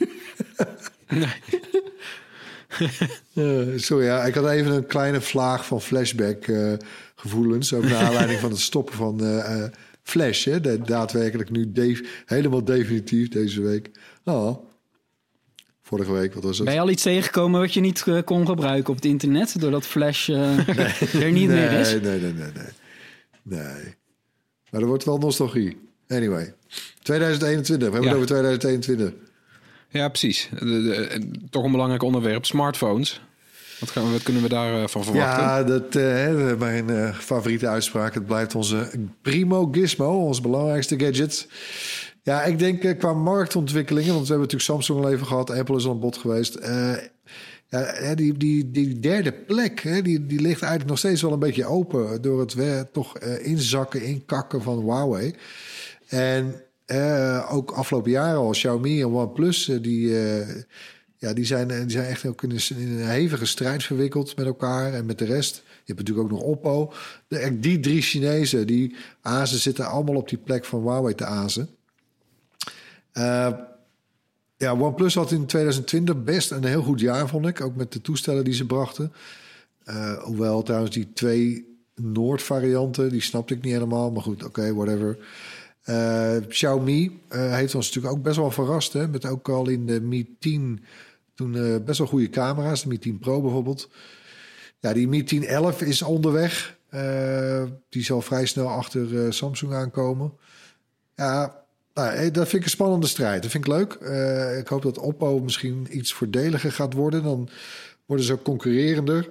G: Uh, sorry, ja, ik had even een kleine vlaag van flashback uh, gevoelens. Ook naar aanleiding van het stoppen van uh, uh, Flash. Hè, de, daadwerkelijk nu de, helemaal definitief deze week. Oh, vorige week, wat was het?
H: Ben je al iets tegengekomen wat je niet uh, kon gebruiken op het internet? Doordat Flash uh, nee. er niet
G: nee,
H: meer is?
G: Nee, nee, nee, nee, nee. Nee. Maar er wordt wel nostalgie. Anyway, twintig eenentwintig. We hebben
F: Ja.
G: het over twintig eenentwintig.
F: Ja, precies. De, de, toch een belangrijk onderwerp. Smartphones. Wat, gaan we, wat kunnen we daarvan van verwachten?
G: Ja, dat, uh, mijn uh, favoriete uitspraak. Het blijft onze primo gizmo, ons belangrijkste gadget. Ja, ik denk uh, qua marktontwikkelingen, want we hebben natuurlijk Samsung al even gehad. Apple is al aan bod geweest. Uh, ja, die, die, die derde plek, hè, die, die ligt eigenlijk nog steeds wel een beetje open door het weer toch uh, inzakken, inkakken van Huawei. En uh, ook afgelopen jaren al Xiaomi en OnePlus, uh, die, uh, ja, die, zijn, die zijn echt ook in een, in een hevige strijd verwikkeld met elkaar en met de rest. Je hebt natuurlijk ook nog Oppo. De, die drie Chinezen, die azen zitten allemaal op die plek van Huawei te azen. Uh, ja, OnePlus had in twintig twintig best een heel goed jaar, vond ik. Ook met de toestellen die ze brachten. Uh, hoewel trouwens die twee Noord-varianten. Die snapte ik niet helemaal, maar goed, oké, okay, whatever. Uh, Xiaomi uh, heeft ons natuurlijk ook best wel verrast. Hè? Met ook al in de Mi tien toen uh, best wel goede camera's. De Mi tien Pro bijvoorbeeld. Ja, die Mi tien elf is onderweg. Uh, die zal vrij snel achter uh, Samsung aankomen. Ja, nou, dat vind ik een spannende strijd. Dat vind ik leuk. Uh, ik hoop dat Oppo misschien iets voordeliger gaat worden. Dan worden ze ook concurrerender.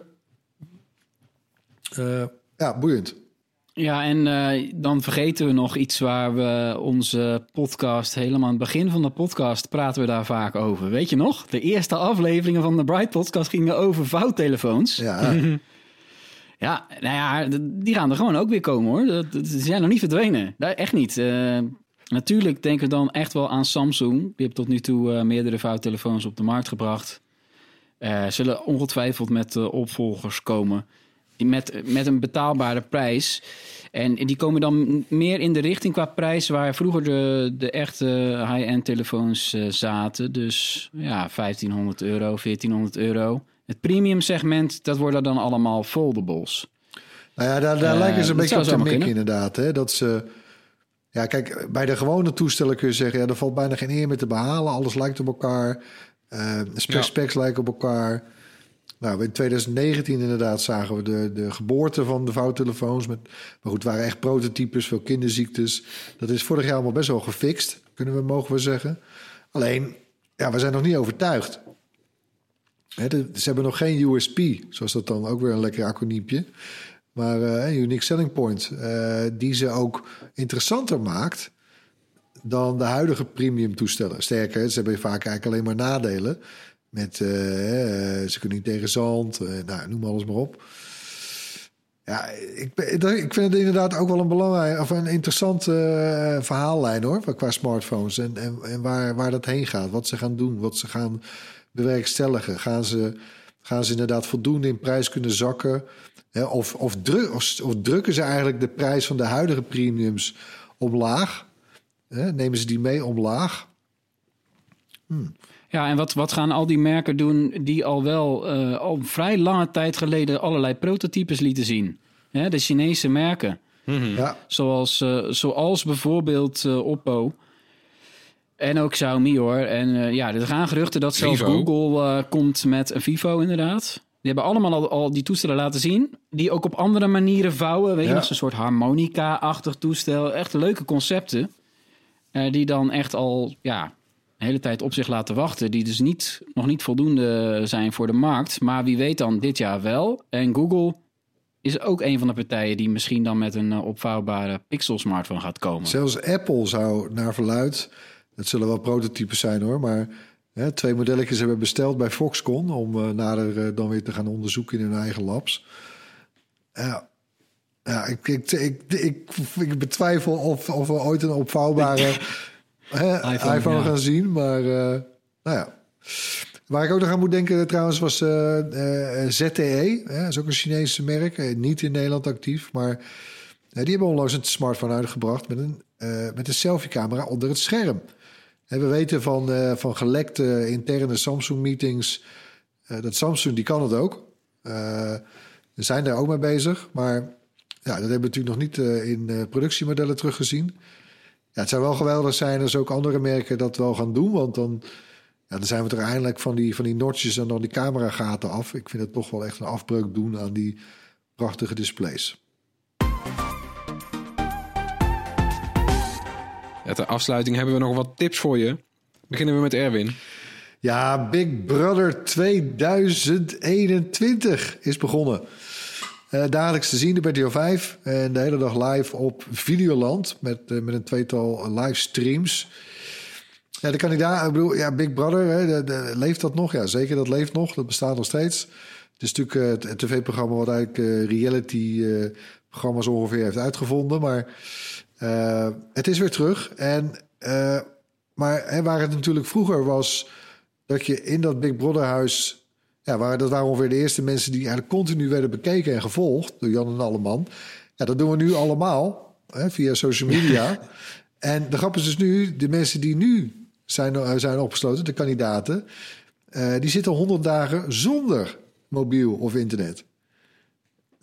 G: Uh, ja, boeiend.
H: Ja, en uh, dan vergeten we nog iets waar we onze podcast... helemaal aan het begin van de podcast praten we daar vaak over. Weet je nog? De eerste afleveringen van de Bright Podcast gingen over vouwtelefoons.
G: Ja.
H: Ja, nou ja, die gaan er gewoon ook weer komen, hoor. Ze zijn nog niet verdwenen. Echt niet. Uh, natuurlijk denken we dan echt wel aan Samsung. Die hebben tot nu toe uh, meerdere vouwtelefoons op de markt gebracht. Uh, zullen ongetwijfeld met uh, opvolgers komen... Met, met een betaalbare prijs. En die komen dan meer in de richting qua prijs... waar vroeger de, de echte high-end telefoons uh, zaten. Dus ja, vijftienhonderd euro, veertienhonderd euro. Het premium segment, dat worden dan allemaal foldables.
G: Nou ja, daar, daar uh, lijken ze een beetje op te mikken inderdaad. Hè? Dat ze... Ja, kijk, bij de gewone toestellen kun je zeggen... ja, er valt bijna geen eer meer te behalen. Alles lijkt op elkaar. Uh, specs, ja. specs lijken op elkaar... Nou, in twintig negentien inderdaad zagen we de, de geboorte van de vouwtelefoons. Met, maar goed, het waren echt prototypes, veel kinderziektes. Dat is vorig jaar allemaal best wel gefixt, kunnen we, mogen we zeggen. Alleen, ja, we zijn nog niet overtuigd. He, de, ze hebben nog geen U S P, zoals dat dan ook weer een lekker acroniempje. Maar uh, een unique selling point, uh, die ze ook interessanter maakt dan de huidige premium toestellen. Sterker, ze hebben vaak eigenlijk alleen maar nadelen. Met, uh, uh, ze kunnen niet tegen zand, uh, nou, noem alles maar op. Ja, ik, ik vind het inderdaad ook wel een belangrijk of een interessante uh, verhaallijn hoor, qua smartphones en, en, en waar, waar dat heen gaat, wat ze gaan doen, wat ze gaan bewerkstelligen. Gaan ze, gaan ze inderdaad voldoende in prijs kunnen zakken? Hè, of, of, druk, of, of drukken ze eigenlijk de prijs van de huidige premiums omlaag? Hè, nemen ze die mee omlaag? Hmm.
H: Ja, en wat, wat gaan al die merken doen die al wel uh, al vrij lange tijd geleden allerlei prototypes lieten zien? Hè, de Chinese merken.
G: Mm-hmm. Ja.
H: Zoals, uh, zoals bijvoorbeeld uh, Oppo. En ook Xiaomi hoor. En uh, ja, er gaan geruchten dat zelfs
F: Vivo.
H: Google uh, komt met een Vivo inderdaad. Die hebben allemaal al, al die toestellen laten zien. Die ook op andere manieren vouwen. Weet je,
G: Ja.
H: nog zo'n soort harmonica-achtig toestel. Echt leuke concepten. Uh, die dan echt al... ja. de hele tijd op zich laten wachten... die dus niet, nog niet voldoende zijn voor de markt. Maar wie weet dan dit jaar wel. En Google is ook een van de partijen... die misschien dan met een uh, opvouwbare Pixel-smartphone gaat komen.
G: Zelfs Apple zou naar verluid... dat zullen wel prototypes zijn hoor... maar hè, twee modelletjes hebben besteld bij Foxconn... om uh, nader uh, dan weer te gaan onderzoeken in hun eigen labs. Ja, ja ik, ik, ik, ik, ik betwijfel of, of we ooit een opvouwbare... He, iPhone, iPhone ja. gaan zien, maar uh, nou ja. Waar ik ook nog aan moet denken trouwens was uh, uh, Z T E. Hè, dat is ook een Chinese merk, uh, niet in Nederland actief, maar uh, die hebben onlangs een smartphone uitgebracht met een, uh, met een selfie-camera onder het scherm. En we weten van, uh, van gelekte interne Samsung-meetings uh, dat Samsung, die kan het ook. Uh, we zijn daar ook mee bezig, maar ja, dat hebben we natuurlijk nog niet uh, in uh, productiemodellen teruggezien. Ja, het zou wel geweldig zijn als ook andere merken dat wel gaan doen. Want dan, ja, dan zijn we er eindelijk van die, van die notches en dan die cameragaten af. Ik vind het toch wel echt een afbreuk doen aan die prachtige displays.
F: Ja, ter afsluiting hebben we nog wat tips voor je. Beginnen we met Erwin.
G: Ja, Big Brother tweeduizend eenentwintig is begonnen. Uh, dagelijks te zien op R T L vijf. En de hele dag live op Videoland. Met, uh, met een tweetal livestreams. Ja, de kandidaat, ik bedoel, ja, Big Brother, hè, de, de, leeft dat nog? Ja, zeker, dat leeft nog. Dat bestaat nog steeds. Het is natuurlijk uh, het tv-programma wat eigenlijk uh, reality-programma's uh, ongeveer heeft uitgevonden. Maar uh, het is weer terug. En, uh, maar hè, waar het natuurlijk vroeger was... dat je in dat Big Brother-huis... Ja, waar, dat waren ongeveer de eerste mensen die eigenlijk continu werden bekeken en gevolgd door Jan en Alleman. Ja, dat doen we nu allemaal hè, via social media. En de grap is dus nu, de mensen die nu zijn, zijn opgesloten, de kandidaten, uh, die zitten honderd dagen zonder mobiel of internet.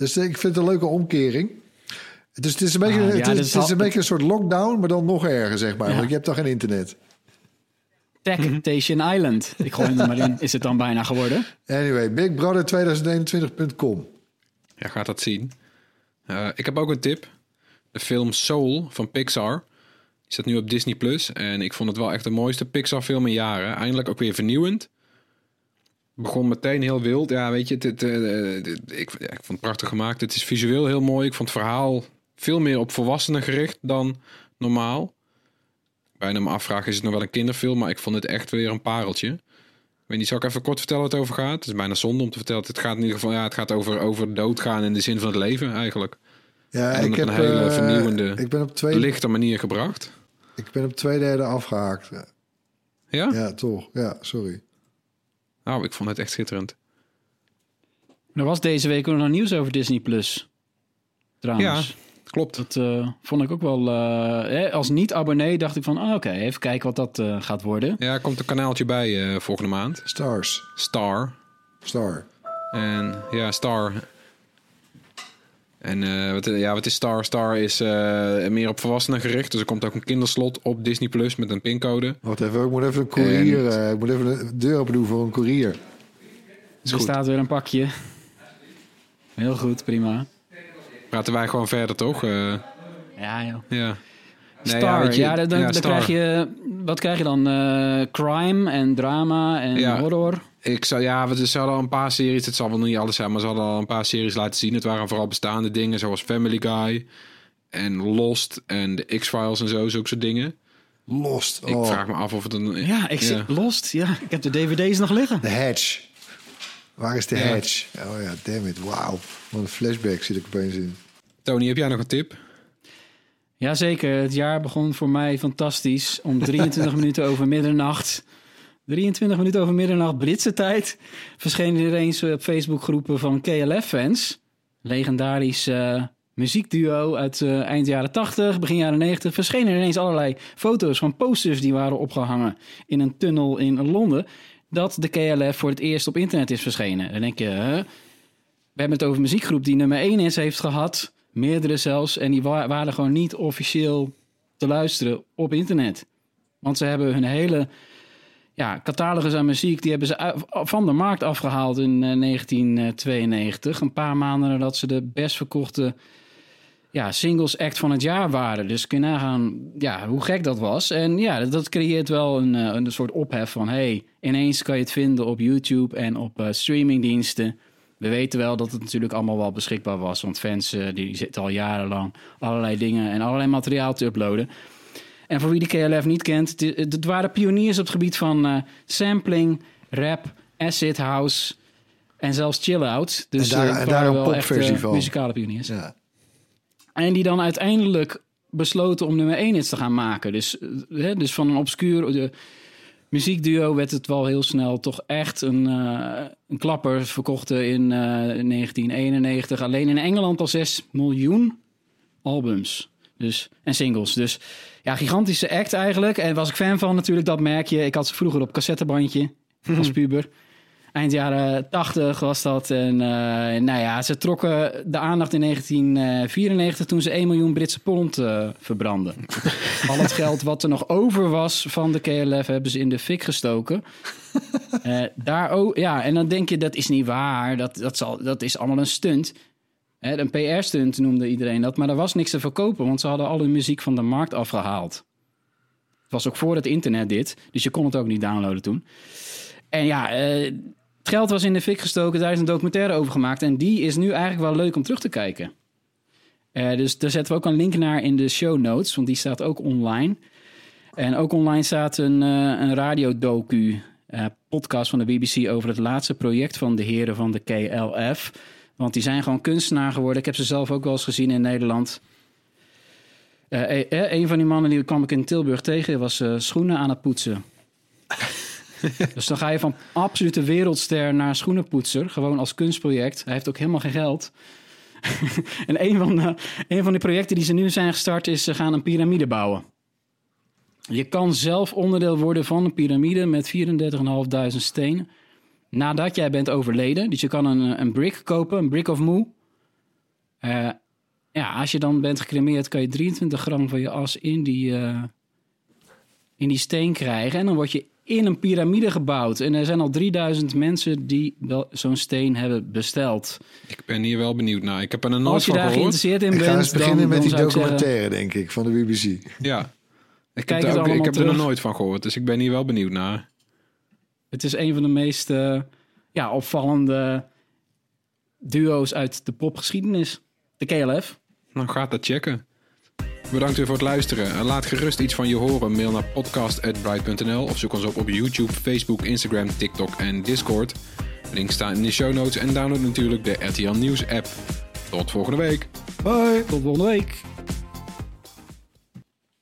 G: Dus ik vind het een leuke omkering. Dus het is een beetje,
H: Ah, ja,
G: het is,
H: dus
G: het is een
H: al-
G: beetje een soort lockdown, maar dan nog erger, zeg maar.
H: Ja.
G: Want je hebt toch geen internet.
H: Temptation Island. Ik gooi hem er maar in. Is het dan bijna geworden?
G: Anyway, big brother twintig eenentwintig punt com.
F: Ja, gaat dat zien. Uh, ik heb ook een tip. De film Soul van Pixar. Die staat nu op Disney Plus. En ik vond het wel echt de mooiste Pixar film in jaren. Eindelijk ook weer vernieuwend. Begon meteen heel wild. Ja, weet je, het, het, uh, het, ik, ja, ik vond het prachtig gemaakt. Het is visueel heel mooi. Ik vond het verhaal veel meer op volwassenen gericht dan normaal. Bijna me afvragen, is het nog wel een kinderfilm? Maar ik vond het echt weer een pareltje. Ik weet niet, zal ik even kort vertellen wat het over gaat? Het is bijna zonde om te vertellen. Het gaat in ieder geval, ja, het gaat over, over doodgaan in de zin van het leven eigenlijk.
G: Ja,
F: en
G: ik
F: op
G: heb
F: een hele
G: uh,
F: vernieuwende,
G: ik ben op twee,
F: lichte manier gebracht.
G: Ik ben op twee derde afgehaakt.
F: Ja?
G: Ja, toch. Ja, sorry.
F: Nou, ik vond het echt schitterend.
H: Er was deze week ook nog nieuws over Disney Plus. Trouwens.
F: Ja, klopt.
H: Dat uh, vond ik ook wel... Uh, als niet-abonnee dacht ik van... Oh, oké, okay, even kijken wat dat uh, gaat worden.
F: Ja, er komt een kanaaltje bij uh, volgende maand.
G: Stars.
F: Star.
G: Star.
F: En ja, Star. En uh, wat, ja, wat is Star? Star is uh, meer op volwassenen gericht. Dus er komt ook een kinderslot op Disney Plus met een pincode.
G: Wacht even, ik moet even een courier... En... Uh, ik moet even de deur open doen voor een courier.
H: Er staat weer een pakje. Heel goed, prima.
F: Praten wij gewoon verder, toch? Uh,
H: ja, joh.
F: Ja.
H: Nee, Star, ja, je, ja, dan, ja, dan Star. Krijg je... Wat krijg je dan? Uh, crime en drama en ja, horror?
F: Ik zou, ja, ze hadden al een paar series... Het zal wel niet alles zijn, maar ze hadden al een paar series laten zien. Het waren vooral bestaande dingen, zoals Family Guy... en Lost en de X-Files en zo, zulke soort dingen.
G: Lost.
F: Ik
G: oh.
F: vraag me af of het een...
H: Ja, ik ja. Lost. Ja, ik heb de D V D's nog liggen.
G: The Hedge. Waar is de ja. Hedge? Oh ja, damn it. Wauw. Wat een flashback zit ik opeens in.
F: Tony, heb jij nog een tip?
H: Jazeker. Het jaar begon voor mij fantastisch. Om drieëntwintig minuten over middernacht. drieëntwintig minuten over middernacht Britse tijd. Verschenen er eens op Facebookgroepen van K L F-fans. Legendarisch uh, muziekduo uit uh, eind jaren tachtig, begin jaren negentig. Verschenen er ineens allerlei foto's van posters die waren opgehangen in een tunnel in Londen. Dat de K L F voor het eerst op internet is verschenen. Dan denk je, huh? We hebben het over een muziekgroep die nummer één is heeft gehad. Meerdere zelfs. En die wa- waren gewoon niet officieel te luisteren op internet. Want ze hebben hun hele ja, catalogus aan muziek... die hebben ze van de markt afgehaald in uh, negentien tweeënnegentig. Een paar maanden nadat ze de best verkochte ja, singles act van het jaar waren. Dus kun je nagaan ja, hoe gek dat was. En ja, dat creëert wel een, een soort ophef van... hey, ineens kan je het vinden op YouTube en op uh, streamingdiensten... We weten wel dat het natuurlijk allemaal wel beschikbaar was. Want fans uh, die zitten al jarenlang allerlei dingen en allerlei materiaal te uploaden. En voor wie de K L F niet kent, het, het waren pioniers op het gebied van uh, sampling, rap, acid house en zelfs chill-out. Dus
G: en daar,
H: uh,
G: en daar een
H: wel
G: popversie
H: echt, uh,
G: van.
H: muzikale pioniers.
G: Ja.
H: En die dan uiteindelijk besloten om nummer één hits te gaan maken. Dus, uh, dus van een obscuur... Uh, muziekduo werd het wel heel snel toch echt een, uh, een klapper. Verkochten in uh, negentien eenennegentig alleen in Engeland al zes miljoen albums dus, en singles. Dus ja, gigantische act eigenlijk. En was ik fan van natuurlijk, dat merk je. Ik had ze vroeger op cassettebandje als puber. Eind jaren tachtig was dat. En uh, nou ja, ze trokken de aandacht in negentien vierennegentig... toen ze één miljoen Britse pond uh, verbrandden. Al het geld wat er nog over was van de K L F... hebben ze in de fik gestoken. uh, daar ook, ja, en dan denk je, dat is niet waar. Dat, dat, zal, dat is allemaal een stunt. Hè, een P R-stunt noemde iedereen dat. Maar er was niks te verkopen... want ze hadden al hun muziek van de markt afgehaald. Het was ook voor het internet dit. Dus je kon het ook niet downloaden toen. En ja... Uh, Het geld was in de fik gestoken, daar is een documentaire over gemaakt... en die is nu eigenlijk wel leuk om terug te kijken. Uh, dus daar zetten we ook een link naar in de show notes... want die staat ook online. En ook online staat een, uh, een radiodocu... Uh, podcast van de B B C over het laatste project... van de heren van de K L F. Want die zijn gewoon kunstenaar geworden. Ik heb ze zelf ook wel eens gezien in Nederland. Uh, uh, een van die mannen die kwam ik in Tilburg tegen... was uh, schoenen aan het poetsen. Dus dan ga je van absolute wereldster naar schoenenpoetser. Gewoon als kunstproject. Hij heeft ook helemaal geen geld. En een van, de, een van de projecten die ze nu zijn gestart... is ze gaan een piramide bouwen. Je kan zelf onderdeel worden van een piramide... met vierendertigduizend vijfhonderd stenen. Nadat jij bent overleden. Dus je kan een, een brick kopen, een brick of moe. Uh, ja, als je dan bent gecremeerd, kan je drieëntwintig gram van je as in die, uh, in die steen krijgen. En dan word je in een piramide gebouwd. En er zijn al drieduizend mensen die wel zo'n steen hebben besteld.
F: Ik ben hier wel benieuwd naar. Ik heb er nog nooit
H: Als je
F: van
H: daar
F: gehoord.
H: geïnteresseerd in
G: Ik
H: bent,
G: ga eens beginnen
H: dan,
G: met
H: dan
G: die
H: zou ik
G: documentaire,
H: zeggen,
G: denk ik, van de B B C.
F: Ja, ik
H: Kijk
F: heb,
H: het
F: er, ook, ik
H: allemaal
F: heb er nog
H: terug.
F: nooit van gehoord. Dus ik ben hier wel benieuwd naar.
H: Het is een van de meest uh, ja, opvallende duo's uit de popgeschiedenis. De K L F.
F: Nou, ga dat checken. Bedankt weer voor het luisteren. En laat gerust iets van je horen. Mail naar podcast at bright punt n l of zoek ons op op YouTube, Facebook, Instagram, TikTok en Discord. Links staan in de show notes en download natuurlijk de R T L Nieuws app. Tot volgende week.
G: Bye.
H: Tot volgende week.